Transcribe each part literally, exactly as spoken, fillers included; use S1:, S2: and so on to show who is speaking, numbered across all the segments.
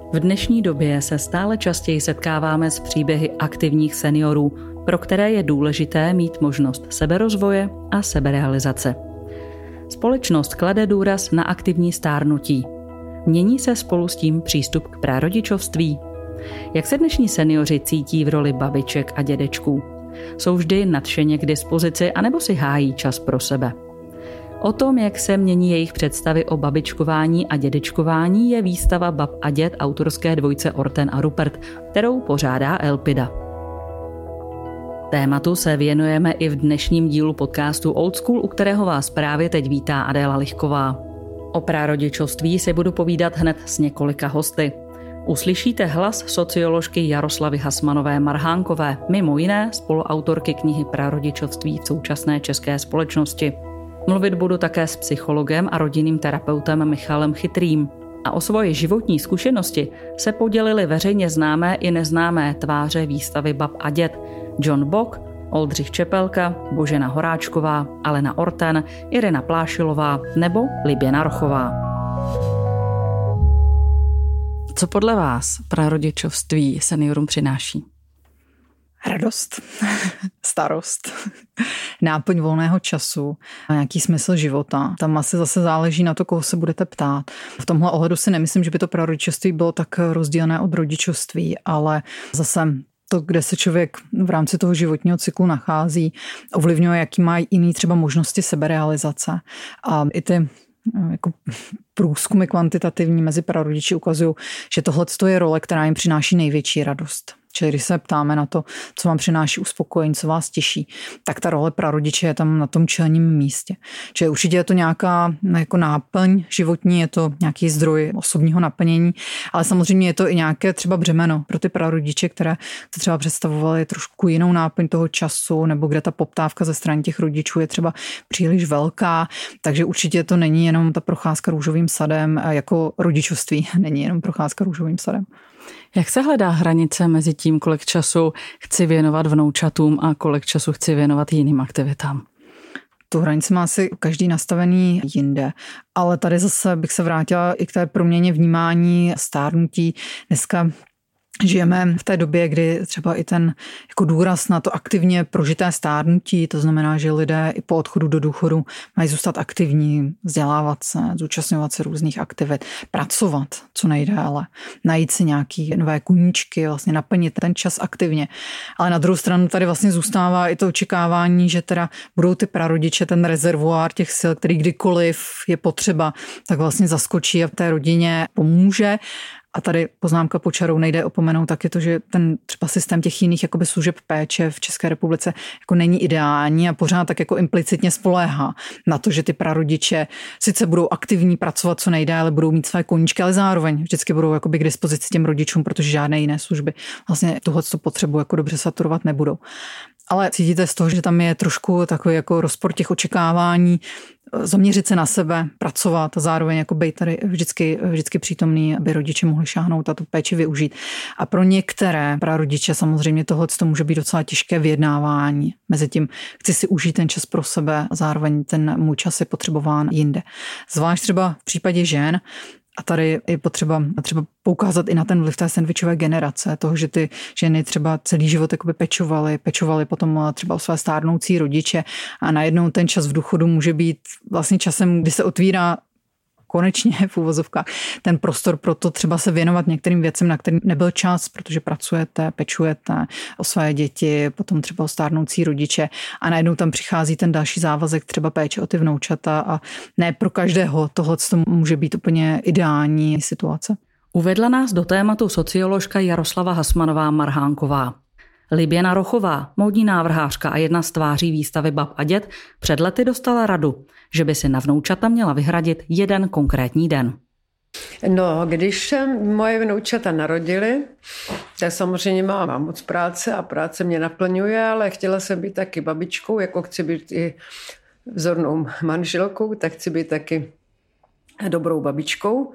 S1: V dnešní době se stále častěji setkáváme s příběhy aktivních seniorů, pro které je důležité mít možnost seberozvoje a seberealizace. Společnost klade důraz na aktivní stárnutí. Mění se spolu s tím přístup k prarodičovství? Jak se dnešní seniori cítí v roli babiček a dědečků? Jsou vždy nadšeně k dispozici anebo si hájí čas pro sebe? O tom, jak se mění jejich představy o babičkování a dědečkování, je výstava Bab a děd autorské dvojce Orten a Rupert, kterou pořádá Elpida. Tématu se věnujeme i v dnešním dílu podcastu Old School, u kterého vás právě teď vítá Adéla Lichková. O prarodičovství si budu povídat hned s několika hosty. Uslyšíte hlas socioložky Jaroslavy Hasmanové Marhánkové, mimo jiné spoluautorky knihy Prarodičovství v současné české společnosti. Mluvit budu také s psychologem a rodinným terapeutem Michalem Chytrým. A o svoje životní zkušenosti se podělili veřejně známé i neznámé tváře výstavy Bab a děd: John Bock, Oldřich Čepelka, Božena Horáčková, Alena Orten, Irena Plášilová nebo Liběna Rochová. Co podle vás prarodičovství seniorům přináší?
S2: Radost, starost, náplň volného času a nějaký smysl života. Tam asi zase záleží na to, koho se budete ptát. V tomhle ohledu si nemyslím, že by to prarodičovství bylo tak rozdílné od rodičovství, ale zase to, kde se člověk v rámci toho životního cyklu nachází, ovlivňuje, jaký má jiný třeba možnosti seberealizace. A i ty jako průzkumy kvantitativní mezi prarodiči ukazují, že tohle je role, která jim přináší největší radost. Čili když se ptáme na to, co vám přináší uspokojení, co vás těší, tak ta role prarodiče je tam na tom čelním místě. Čili určitě je to nějaká jako náplň životní, je to nějaký zdroj osobního naplnění, ale samozřejmě je to i nějaké třeba břemeno pro ty prarodiče, které se třeba představovaly trošku jinou náplň toho času, nebo kde ta poptávka ze strany těch rodičů je třeba příliš velká, takže určitě to není jenom ta procházka růžovým sadem, jako rodičovství není jenom procházka růžovým sadem.
S1: Jak se hledá hranice mezi tím, kolik času chci věnovat vnoučatům a kolik času chci věnovat jiným aktivitám?
S2: Tu hranici má asi každý nastavený jinde, ale tady zase bych se vrátila i k té proměně vnímání stárnutí. Dneska žijeme v té době, kdy třeba i ten jako důraz na to aktivně prožité stárnutí, to znamená, že lidé i po odchodu do důchodu mají zůstat aktivní, vzdělávat se, zúčastňovat se různých aktivit, pracovat co nejdéle, najít si nějaké nové koníčky, vlastně naplnit ten čas aktivně. Ale na druhou stranu tady vlastně zůstává i to očekávání, že teda budou ty prarodiče ten rezervoár těch sil, který kdykoliv je potřeba, tak vlastně zaskočí a v té rodině pomůže. A tady poznámka pod čarou, nejde opomenout taky to, že ten třeba systém těch jiných jakoby služeb péče v České republice jako není ideální a pořád tak jako implicitně spoléhá na to, že ty prarodiče sice budou aktivní, pracovat co nejdéle, budou mít své koníčky, ale zároveň vždycky budou jakoby k dispozici těm rodičům, protože žádné jiné služby vlastně tohleto potřebu jako dobře saturovat nebudou. Ale cítíte z toho, že tam je trošku takový jako rozpor těch očekávání, zaměřit se na sebe, pracovat a zároveň jako být tady vždycky, vždycky přítomný, aby rodiče mohli šáhnout a tu péči využít. A pro některé prarodiče samozřejmě tohle to může být docela těžké vyjednávání. Mezi tím chci si užít ten čas pro sebe a zároveň ten můj čas je potřebován jinde. Zvlášť třeba v případě žen. A tady je potřeba třeba poukázat i na ten vliv té sandvičové generace, toho, že ty ženy třeba celý život jakoby pečovaly, pečovaly potom třeba o své stárnoucí rodiče a najednou ten čas v důchodu může být vlastně časem, kdy se otvírá konečně v uvozovkách ten prostor pro to třeba se věnovat některým věcem, na kterým nebyl čas, protože pracujete, pečujete o své děti, potom třeba o stárnoucí rodiče a najednou tam přichází ten další závazek třeba péče o ty vnoučata a ne pro každého tohle může být úplně ideální situace.
S1: Uvedla nás do tématu socioložka Jaroslava Hasmanová Marhánková. Liběna Rochová, módní návrhářka a jedna z tváří výstavy Bab a děd, před lety dostala radu, že by si na vnoučata měla vyhradit jeden konkrétní den.
S3: No, když se moje vnoučata narodily, tak samozřejmě mám moc práce a práce mě naplňuje, ale chtěla jsem být taky babičkou, jako chci být i vzornou manželkou, tak chci být taky dobrou babičkou.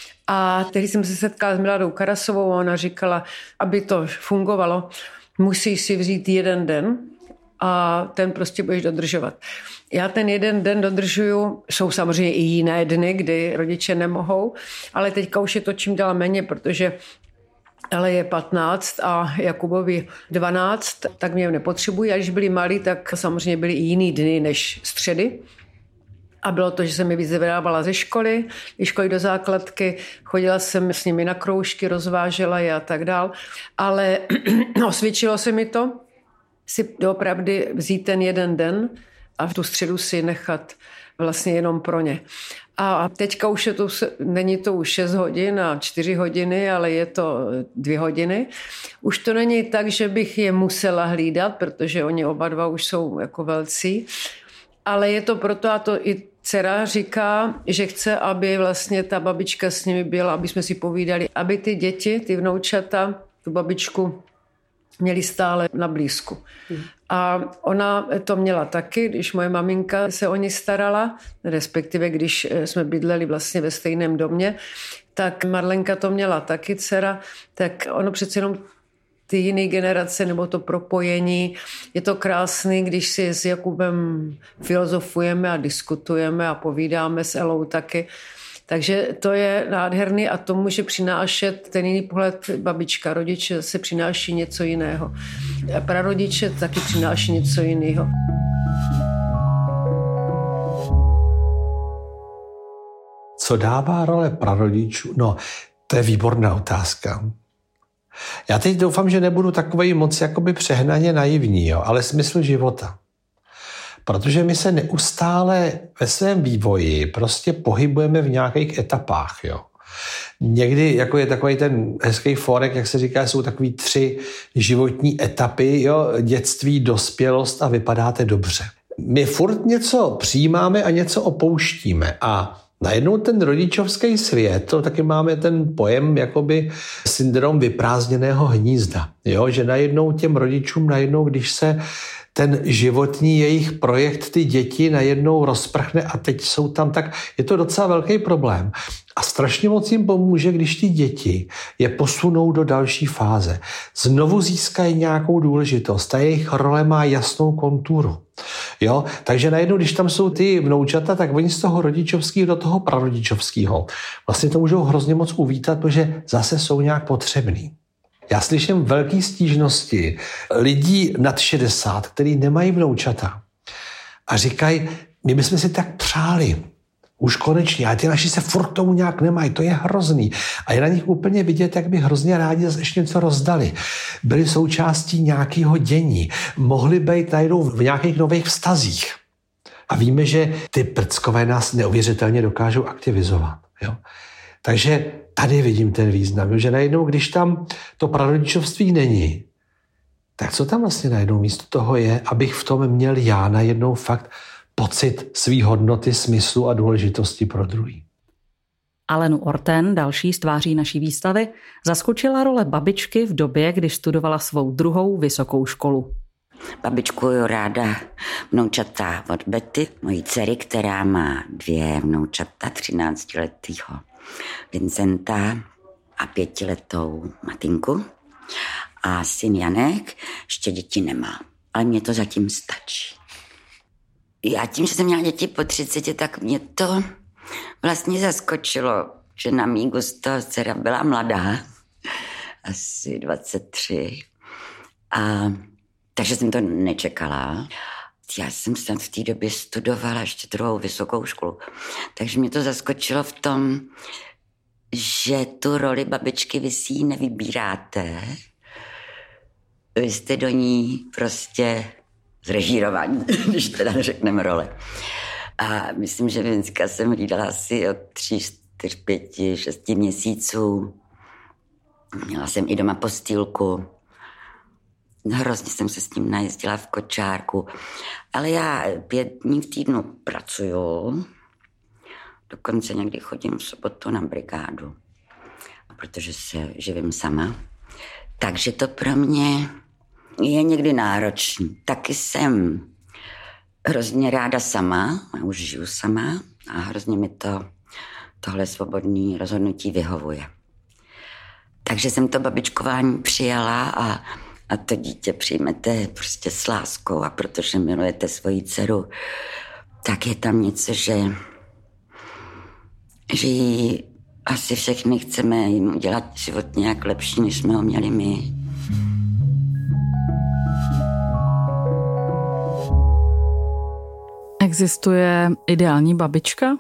S3: A tehdy jsem se setkala s Miladou Karasovou a ona říkala, aby to fungovalo, musíš si vzít jeden den a ten prostě budeš dodržovat. Já ten jeden den dodržuju, jsou samozřejmě i jiné dny, kdy rodiče nemohou, ale teďka už je to čím dál méně, protože ale je patnáct a Jakubovi dvanáct, tak mě nepotřebují. A když byli malí, tak samozřejmě byly i jiný dny než středy. A bylo to, že jsem mi víc vydávala ze školy, i školy do základky, chodila jsem s nimi na kroužky, rozvážela je a tak dál. Ale osvědčilo se mi to, si doopravdy vzít ten jeden den a v tu středu si nechat vlastně jenom pro ně. A teďka už je to, není to už šest hodin a čtyři hodiny, ale je to dvě hodiny. Už to není tak, že bych je musela hlídat, protože oni oba dva už jsou jako velcí, ale je to proto, a to i dcera říká, že chce, aby vlastně ta babička s nimi byla, aby jsme si povídali, aby ty děti, ty vnoučata, tu babičku měli stále na blízku. Hmm. A ona to měla taky, když moje maminka se o ní starala, respektive když jsme bydleli vlastně ve stejném domě, tak Marlenka to měla taky, dcera, tak ono přece jenom ty jiné generace nebo to propojení, je to krásný, když si s Jakubem filozofujeme a diskutujeme a povídáme s Elou taky. Takže to je nádherný a to může přinášet ten jiný pohled babička. Rodiče se přináší něco jiného. A prarodiče taky přináší něco jiného.
S4: Co dává role prarodičů? No, to je výborná otázka. Já teď doufám, že nebudu takovej moc jakoby přehnaně naivní, jo, ale smysl života. Protože my se neustále ve svém vývoji prostě pohybujeme v nějakých etapách. Jo. Někdy, jako je takový ten hezký forek, jak se říká, jsou takový tři životní etapy, jo, dětství, dospělost a vypadáte dobře. My furt něco přijímáme a něco opouštíme a najednou ten rodičovský svět, to taky máme ten pojem jakoby syndrom vyprázdněného hnízda, jo, že najednou těm rodičům, najednou, když se ten životní jejich projekt, ty děti najednou rozprchne a teď jsou tam, tak je to docela velký problém. A strašně moc jim pomůže, když ty děti je posunou do další fáze. Znovu získají nějakou důležitost, ta jejich role má jasnou konturu. Jo? Takže najednou, když tam jsou ty vnoučata, tak oni z toho rodičovského do toho prarodičovského vlastně to můžou hrozně moc uvítat, protože zase jsou nějak potřebný. Já slyším velké stížnosti lidí nad šedesát, kteří nemají vnoučata a říkají, my bychom si tak přáli, už konečně, a ty naši se furt tomu nějak nemají, to je hrozný. A je na nich úplně vidět, jak by hrozně rádi zase ještě něco rozdali. Byli součástí nějakého dění, mohli být najednou v nějakých nových vztazích. A víme, že ty prckové nás neuvěřitelně dokážou aktivizovat. Jo? Takže tady vidím ten význam, že najednou, když tam to prarodičovství není, tak co tam vlastně najednou místo toho je, abych v tom měl já najednou fakt pocit svý hodnoty, smyslu a důležitosti pro druhý.
S1: Alenu Orten, další z tváří naší výstavy, zaskočila role babičky v době, kdy studovala svou druhou vysokou školu.
S5: Babičkuju ráda vnoučata od Betty, mojí dcery, která má dvě vnoučata, třináctiletýho Vincenta a pětiletou Matinku. A syn Janek ještě děti nemá, ale mě to zatím stačí. Já tím, že jsem měla děti po třiceti, tak mě to vlastně zaskočilo, že na mý gusto dcera byla mladá, asi dvacet tři. A takže jsem to nečekala. Já jsem snad v té době studovala ještě druhou vysokou školu. Takže mě to zaskočilo v tom, že tu roli babičky vy si ji nevybíráte. Vy jste do ní prostě zrežírovaní, když teda řekneme role. A myslím, že Vincka jsem hlídala asi od tří, čtyř, pěti, šesti měsíců. Měla jsem i doma postýlku. Hrozně jsem se s ním najezdila v kočárku. Ale já pět dní v týdnu pracuju. Dokonce někdy chodím v sobotu na brigádu. Protože se živím sama. Takže to pro mě je někdy náročný. Taky jsem hrozně ráda sama. Já už žiju sama. A hrozně mi to tohle svobodné rozhodnutí vyhovuje. Takže jsem to babičkování přijala a a to dítě přijmete prostě s láskou a protože milujete svoji dceru, tak je tam něco, že, že jí asi všechny chceme jim udělat život nějak lepší, než jsme ho měli my.
S1: Existuje ideální babička?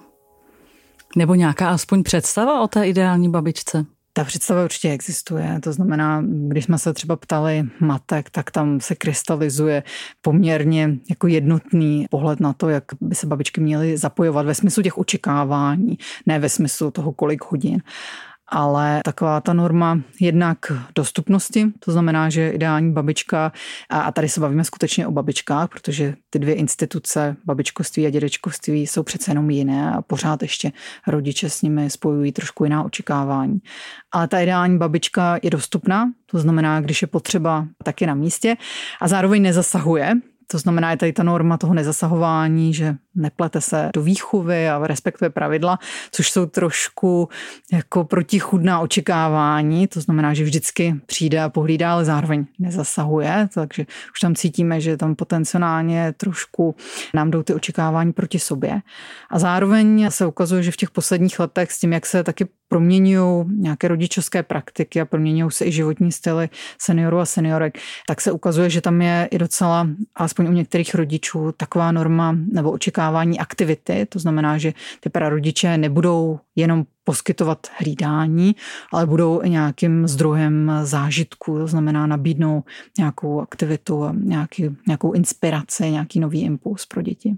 S1: Nebo nějaká aspoň představa o té ideální babičce?
S2: Ta představa určitě existuje, to znamená, když jsme se třeba ptali matek, tak tam se krystalizuje poměrně jako jednotný pohled na to, jak by se babičky měly zapojovat ve smyslu těch očekávání, ne ve smyslu toho, kolik hodin. Ale taková ta norma jednak dostupnosti, to znamená, že ideální babička, a tady se bavíme skutečně o babičkách, protože ty dvě instituce, babičkovství a dědečkovství, jsou přece jenom jiné a pořád ještě rodiče s nimi spojují trošku jiná očekávání. Ale ta ideální babička je dostupná, to znamená, když je potřeba, tak je na místě a zároveň nezasahuje. To znamená, je tady ta norma toho nezasahování, že neplete se do výchovy a respektuje pravidla, což jsou trošku jako protichůdná očekávání. To znamená, že vždycky přijde a pohlídá, ale zároveň nezasahuje. Takže už tam cítíme, že tam potenciálně trošku nám jdou ty očekávání proti sobě. A zároveň se ukazuje, že v těch posledních letech s tím, jak se taky proměňují nějaké rodičovské praktiky a proměňují se i životní styly seniorů a seniorek, tak se ukazuje, že tam je i docela, alespoň u některých rodičů, taková norma nebo očekávání aktivity. To znamená, že ty prarodiče nebudou jenom poskytovat hlídání, ale budou i nějakým zdrojem zážitku, to znamená nabídnou nějakou aktivitu, nějaký, nějakou inspiraci, nějaký nový impuls pro děti.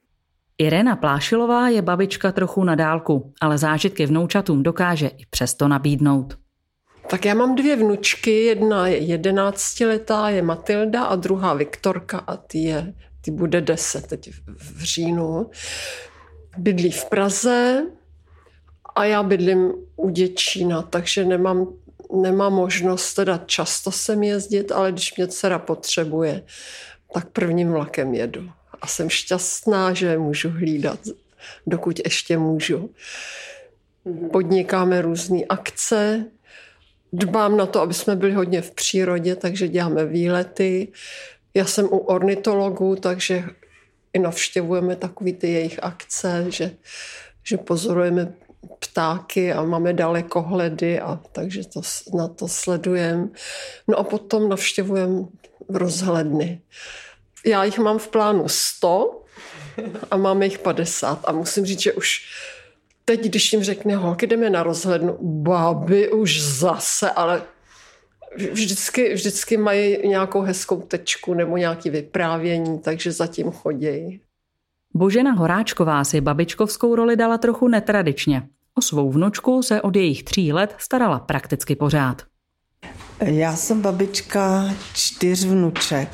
S1: Irena Plášilová je babička trochu na dálku, ale zážitky vnoučatům dokáže i přesto nabídnout.
S3: Tak já mám dvě vnučky, jedna je jedenáctiletá, je Matilda a druhá Viktorka a ty, je, ty bude deset teď v říjnu. Bydlí v Praze a já bydlím u Děčína, takže nemám, nemám možnost teda často sem jezdit, ale když mě dcera potřebuje, tak prvním vlakem jedu. A jsem šťastná, že můžu hlídat, dokud ještě můžu. Podnikáme různé akce, dbám na to, aby jsme byli hodně v přírodě, takže děláme výlety. Já jsem u ornitologů, takže i navštěvujeme takové ty jejich akce, že, že pozorujeme ptáky a máme dalekohledy, a takže to, na to sledujeme. No a potom navštěvujeme rozhledny. Já jich mám v plánu sto a máme jich padesát a musím říct, že už teď, když jim řekne, holky, jdeme na rozhlednu, babi, už zase, ale vždycky, vždycky mají nějakou hezkou tečku nebo nějaké vyprávění, takže zatím chodějí.
S1: Božena Horáčková si babičkovskou roli dala trochu netradičně. O svou vnučku se od jejich tří let starala prakticky pořád.
S6: Já jsem babička čtyř vnuček.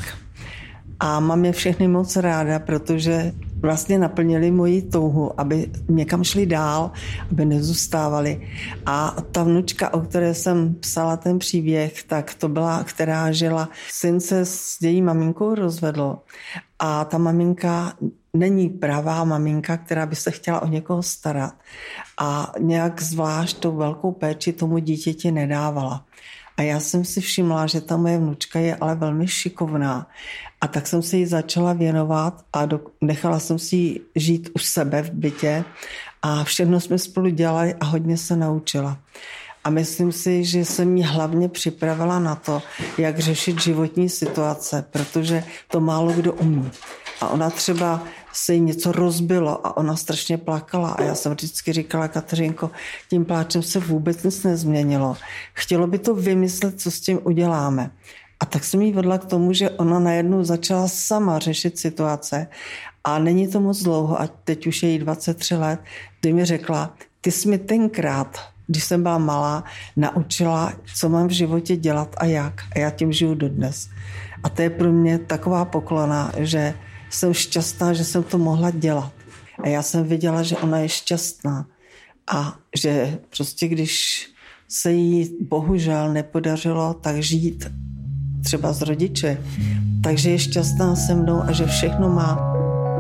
S6: A mám je všechny moc ráda, protože vlastně naplnili moji touhu, aby někam šli dál, aby nezůstávali. A ta vnučka, o které jsem psala ten příběh, tak to byla, která žila. Syn se s její maminkou rozvedl a ta maminka není pravá maminka, která by se chtěla o někoho starat. A nějak zvlášť tou velkou péči tomu dítěti nedávala. A já jsem si všimla, že ta moje vnučka je ale velmi šikovná. A tak jsem se jí začala věnovat a do, nechala jsem si ji žít u sebe v bytě a všechno jsme spolu dělali a hodně se naučila. A myslím si, že jsem jí hlavně připravila na to, jak řešit životní situace, protože to málo kdo umí. A ona třeba se jí něco rozbilo a ona strašně plakala a já jsem vždycky říkala, Kateřinko, tím pláčem se vůbec nic nezměnilo. Chtělo by to vymyslet, co s tím uděláme. A tak jsem jí vedla k tomu, že ona najednou začala sama řešit situace a není to moc dlouho a teď už je jí dvacet tři let, kdy mi řekla, ty jsi mi tenkrát, když jsem byla malá, naučila, co mám v životě dělat a jak. A já tím žiju dodnes. A to je pro mě taková poklona, že jsem šťastná, že jsem to mohla dělat. A já jsem viděla, že ona je šťastná a že prostě když se jí bohužel nepodařilo tak žít třeba s rodiči, takže je šťastná se mnou a že všechno má.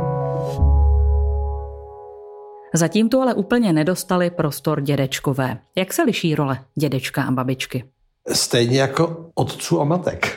S1: Zatím tu ale úplně nedostali prostor dědečkové. Jak se liší role dědečka a babičky?
S4: Stejně jako otců a matek.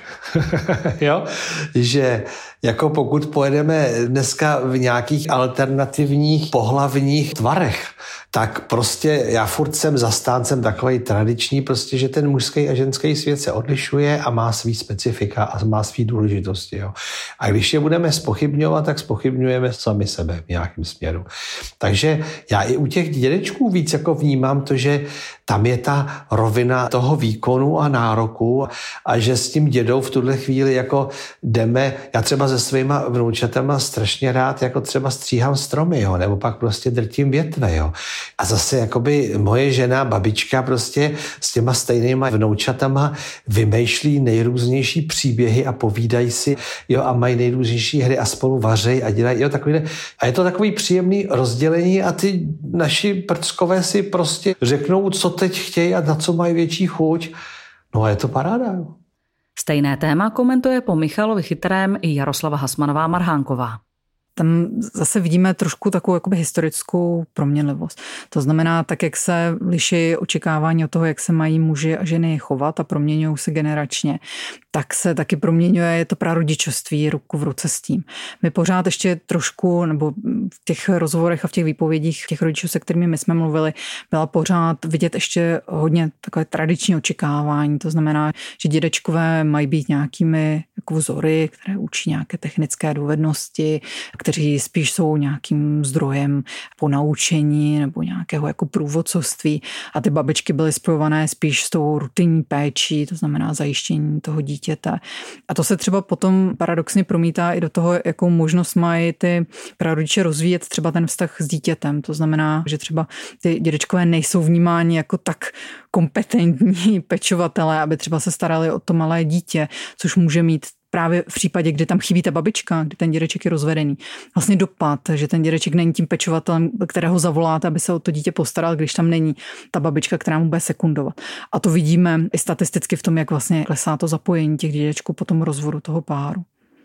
S4: Jo? Že jako pokud pojedeme dneska v nějakých alternativních pohlavních tvarech, tak prostě já furt jsem zastáncem takovej tradiční, prostě, že ten mužský a ženský svět se odlišuje a má svý specifika a má svý důležitosti. Jo? A když je budeme zpochybňovat, tak zpochybňujeme sami sebe v nějakém směru. Takže já i u těch dědečků víc jako vnímám to, že tam je ta rovina toho výkonu a nároku a že s tím dědou v tuhle chvíli jako jdeme, já třeba se svýma vnoučatama strašně rád jako třeba stříhám stromy, jo, nebo pak prostě drtím větve, jo. A zase jakoby moje žena, babička prostě s těma stejnýma vnoučatama vymýšlí nejrůznější příběhy a povídají si, jo, a mají nejrůznější hry a spolu vařejí a dělají, jo, takový. A je to takový příjemný rozdělení a ty naši prckové si prostě řeknou, co teď chtějí a na co mají větší chuť. No a je to paráda, jo.
S1: Stejné téma komentuje po Michalovi Chytrém i Jaroslava Hasmanová Marhánková.
S2: Tam zase vidíme trošku takovou jakoby historickou proměnlivost. To znamená, tak jak se liší očekávání od toho, jak se mají muži a ženy chovat a proměňují se generačně, tak se taky proměňuje to prarodičovství ruku v ruce s tím. My pořád ještě trošku, nebo v těch rozhovorech a v těch výpovědích těch rodičů, se kterými my jsme mluvili, byla pořád vidět ještě hodně takové tradiční očekávání. To znamená, že dědečkové mají být nějakými jako vzory, které učí nějaké technické dovednosti, kteří spíš jsou nějakým zdrojem ponaučení nebo nějakého jako průvodcovství a ty babičky byly spojované spíš s tou rutinní péčí, to znamená zajištění toho dítěte. A to se třeba potom paradoxně promítá i do toho, jakou možnost mají ty prarodiče rozvíjet třeba ten vztah s dítětem. To znamená, že třeba ty dědečkové nejsou vnímáni jako tak kompetentní pečovatelé, aby třeba se starali o to malé dítě, což může mít právě v případě, kdy tam chybí ta babička, kdy ten dědeček je rozvedený. Vlastně dopad, že ten dědeček není tím pečovatelem, kterého zavoláte, aby se o to dítě postaral, když tam není ta babička, která mu bude sekundovat. A to vidíme i statisticky v tom, jak vlastně klesá to zapojení těch dědečků po tom rozvodu toho páru.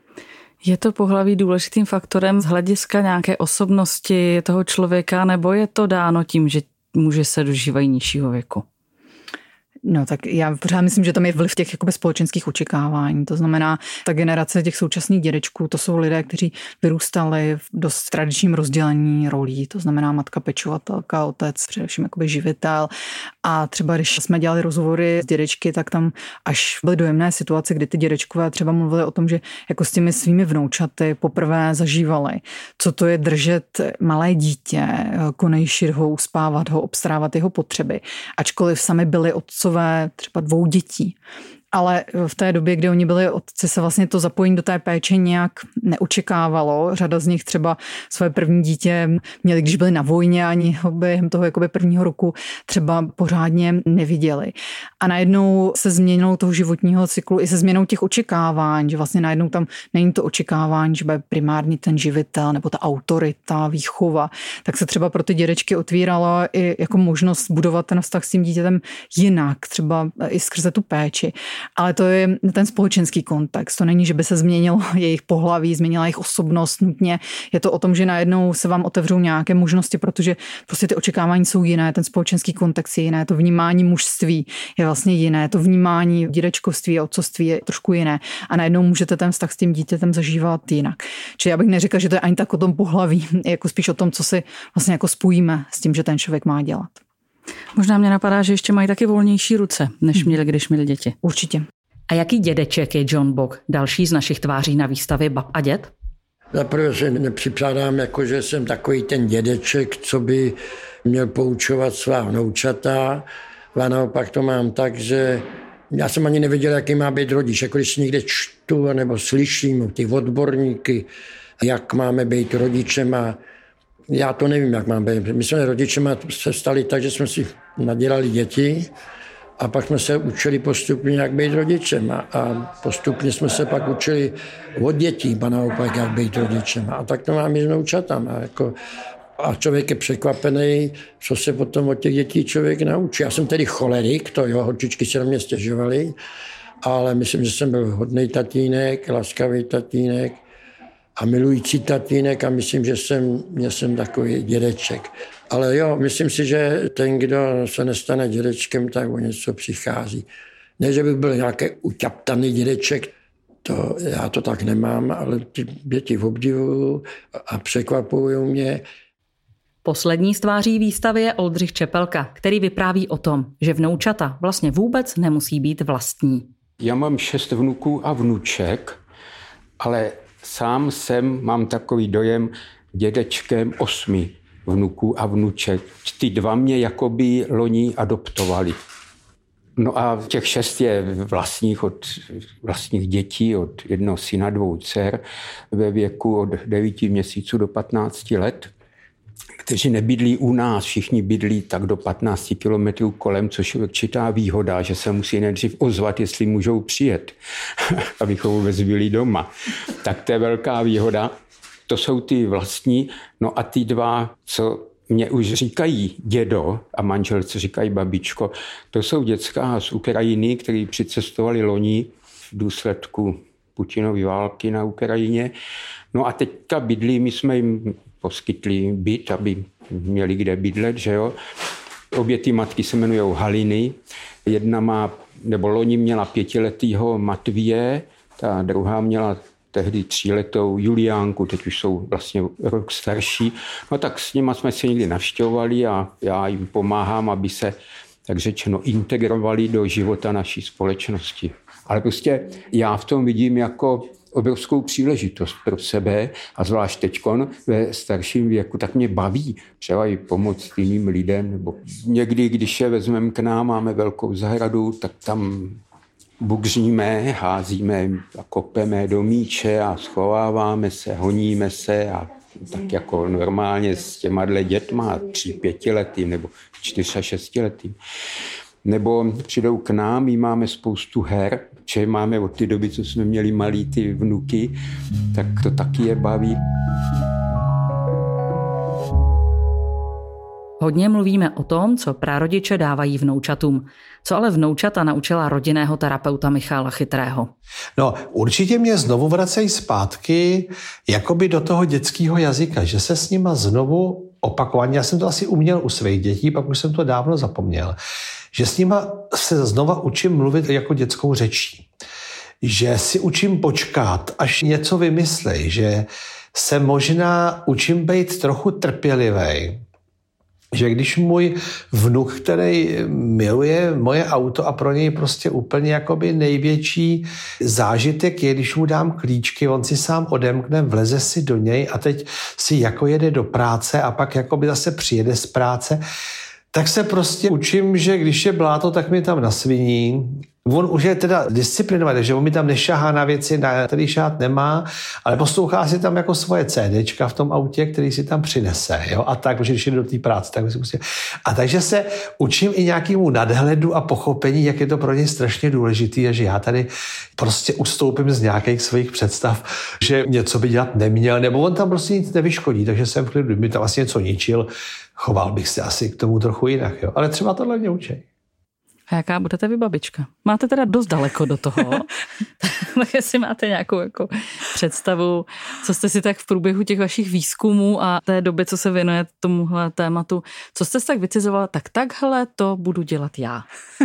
S1: Je to pohlaví důležitým faktorem z hlediska nějaké osobnosti toho člověka, nebo je to dáno tím, že muži se dožívají nižšího věku?
S2: No tak já pořád myslím, že tam je vliv těch jakoby společenských očekávání. To znamená, ta generace těch současných dědečků, to jsou lidé, kteří vyrůstali v dost tradičním rozdělení rolí. To znamená matka pečovatelka, otec především jakoby živitel. A třeba když jsme dělali rozhovory s dědečky, tak tam až byly dojemné situace, kdy ty dědečkové třeba mluvili o tom, že jako s těmi svými vnoučaty poprvé zažívali, co to je držet malé dítě, konejšit ho, uspávat ho, obstarávat jeho potřeby. Ačkoliv sami byli otcové třeba dvou dětí. Ale v té době, kdy oni byli otci, se vlastně to zapojení do té péče nějak neočekávalo. Řada z nich třeba své první dítě měli, když byli na vojně, ani ho během toho jakoby prvního roku třeba pořádně neviděli. A najednou se změnou toho životního cyklu i se změnou těch očekávání, že vlastně najednou tam není to očekávání, že bude primárně ten živitel nebo ta autorita, výchova, tak se třeba pro ty dědečky otvírala i jako možnost budovat ten vztah s tím dítětem jinak, třeba i skrze tu péči. Ale to je ten společenský kontext. To není, že by se změnilo jejich pohlaví, změnila jejich osobnost nutně. Je to o tom, že najednou se vám otevřou nějaké možnosti, protože prostě ty očekávání jsou jiné, ten společenský kontext je jiné, to vnímání mužství je vlastně jiné, to vnímání dědečkovství a otcovství je trošku jiné. A najednou můžete ten vztah s tím dítětem zažívat jinak. Čili já bych neřekla, že to je ani tak o tom pohlaví, jako spíš o tom, co si vlastně jako spojíme s tím, že ten člověk má dělat.
S1: Možná mě napadá, že ještě mají taky volnější ruce, než měli, když měli děti.
S2: Určitě.
S1: A jaký dědeček je John Bock, další z našich tváří na výstavě Bab a děd?
S7: Zaprvé se nepřipadám, jako že jsem takový ten dědeček, co by měl poučovat svá vnoučata. A naopak to mám tak, že já jsem ani nevěděl, jaký má být rodič. Jako když někde čtu nebo slyším ty odborníky, jak máme být rodičem a já to nevím, jak mám být. My jsme rodičema se stali tak, že jsme si nadělali děti a pak jsme se učili postupně, jak být rodičem. A, a postupně jsme se pak učili od dětí, a naopak, jak být rodičem. A tak to mám i s vnoučatama. Jako, a člověk je překvapený, co se potom od těch dětí člověk naučí. Já jsem tedy cholerik, to jo, holčičky se na mě stěžovaly, ale myslím, že jsem byl hodný tatínek, laskavý tatínek a milující tatínek a myslím, že jsem, že jsem takový dědeček. Ale jo, myslím si, že ten, kdo se nestane dědečkem, tak o něco přichází. Ne, že bych byl nějaký uťaptaný dědeček, to, já to tak nemám, ale ty děti obdivuju a překvapují mě.
S1: Poslední z tváří výstavy je Oldřich Čepelka, který vypráví o tom, že vnoučata vlastně vůbec nemusí být vlastní.
S8: Já mám šest vnuků a vnuček, ale sám jsem, mám takový dojem, dědečkem osmi vnuků a vnuček. Ty dva mě jakoby loni adoptovali. No a těch šest je vlastních od vlastních dětí, od jednoho syna, dvou dcer ve věku od devíti měsíců do patnácti let, kteří nebydlí u nás, všichni bydlí tak do patnácti kilometrů kolem, což je určitá výhoda, že se musí nejdřív ozvat, jestli můžou přijet, abychom vůbec byli doma. Tak to je velká výhoda. To jsou ty vlastní, no a ty dva, co mě už říkají dědo a manželce říkají babičko, to jsou děcka z Ukrajiny, kteří přicestovali loni v důsledku Putinovy války na Ukrajině. No a teďka bydlí, my jsme jim poskytli byt, aby měli kde bydlet, že jo. Obě ty matky se jmenují Haliny. Jedna má, nebo loni měla pětiletýho Matvíje, ta druhá měla tehdy tříletou Juliánku, teď už jsou vlastně rok starší. No tak s nima jsme se někdy navštěvovali a já jim pomáhám, aby se, tak řečeno, integrovali do života naší společnosti. Ale prostě já v tom vidím jako obrovskou příležitost pro sebe a zvlášť teďkon ve starším věku, tak mě baví třeba i pomoct jiným lidem. Nebo někdy, když je vezmeme k nám, máme velkou zahradu, tak tam bugříme, házíme a kopeme do míče a schováváme se, honíme se a tak jako normálně s těma dětma, tři, pětiletým nebo čtyř a šestiletým. Nebo přijdou k nám, my máme spoustu her, že máme od té doby, co jsme měli malý ty vnuky, tak to taky je baví.
S1: Hodně mluvíme o tom, co prarodiče dávají vnoučatům. Co ale vnoučata naučila rodinného terapeuta Michala Chytrého?
S4: No, určitě mě znovu vracejí zpátky jakoby do toho dětského jazyka, že se s nima znovu opakovaně, já jsem to asi uměl u svých dětí, pak už jsem to dávno zapomněl, že s nima se znova učím mluvit jako dětskou řečí. Že si učím počkat, až něco vymyslej, že se možná učím být trochu trpělivej. Že když můj vnuk, který miluje moje auto a pro něj prostě úplně jakoby největší zážitek je, když mu dám klíčky, on si sám odemkne, vleze si do něj a teď si jako jede do práce a pak jakoby zase přijede z práce, tak se prostě učím, že když je bláto, tak mi tam nasviní. On už je teda disciplinovaný, že on mi tam nešahá na věci, na který šát nemá, ale poslouchá si tam jako svoje CDčka v tom autě, který si tam přinese. Jo? A tak, když jde do té práce. Tak si prostě... A takže se učím i nějakému nadhledu a pochopení, jak je to pro něj strašně důležitý a že já tady prostě ustoupím z nějakých svých představ, že něco by dělat neměl, nebo on tam prostě nic nevyškodí, takže jsem v klidu, kdyby tam vlastně něco ničil, choval bych se asi k tomu trochu jinak. Jo? Ale třeba tohle mě učí.
S1: A jaká budete vy, babička? Máte teda dost daleko do toho, tak jestli máte nějakou jako představu, co jste si tak v průběhu těch vašich výzkumů a té doby, co se věnuje tomuhle tématu, co jste si tak vycizovala, tak takhle to budu dělat já.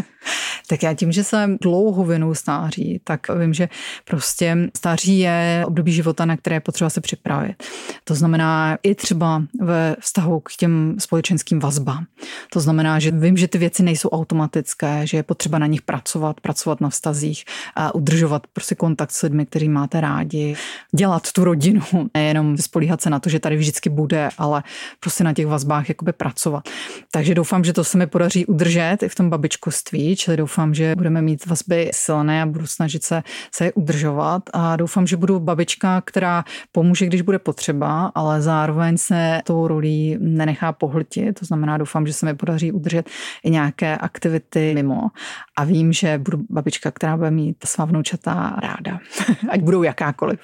S2: Tak já tím, že jsem dlouho věnuju stáří, tak vím, že prostě stáří je období života, na které je potřeba se připravit. To znamená i třeba ve vztahu k těm společenským vazbám. To znamená, že vím, že ty věci nejsou automatické, že je potřeba na nich pracovat, pracovat na vztazích a udržovat prostě kontakt s lidmi, kteří máte rádi, dělat tu rodinu, nejenom spolíhat se na to, že tady vždycky bude, ale prostě na těch vazbách jakoby pracovat. Takže doufám, že to se mi podaří udržet i v tom babičkovství, čili doufám, že budeme mít vazby silné a budu snažit se, se je udržovat a doufám, že budu babička, která pomůže, když bude potřeba, ale zároveň se tou rolí nenechá pohltit, to znamená, doufám, že se mi podaří udržet i nějaké aktivity mimo a vím, že budu babička, která bude mít svá vnoučata ráda, ať budou jakákoliv.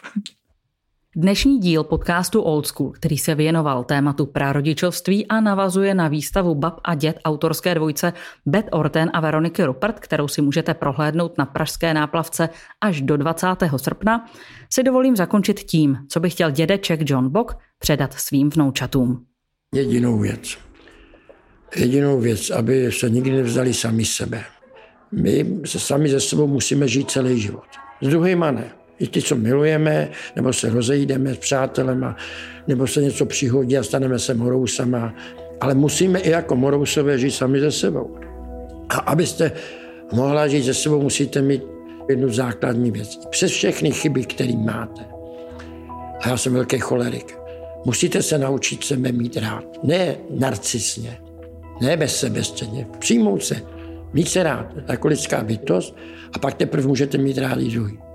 S1: Dnešní díl podcastu Old School, který se věnoval tématu prarodičovství a navazuje na výstavu Bab a dět autorské dvojce Beth Orton a Veroniky Ruppert, kterou si můžete prohlédnout na pražské náplavce až do dvacátého srpna, si dovolím zakončit tím, co by chtěl dědeček John Bock předat svým vnoučatům.
S7: Jedinou věc. Jedinou věc, aby se nikdy nevzdali sami sebe. My se sami ze sebou musíme žít celý život. S druhýma ne. I ty, co milujeme, nebo se rozejdeme s přátelema, nebo se něco přihodí a staneme se morousama. Ale musíme i jako morousové žít sami ze sebou. A abyste mohla žít ze sebou, musíte mít jednu základní věc. Přes všechny chyby, které máte. A já jsem velký cholerik. Musíte se naučit sebe mít rád. Ne narcisně, ne bezsebestředně. Přijmout se, mít se rád jako lidská bytost a pak teprve můžete mít rád i druhý.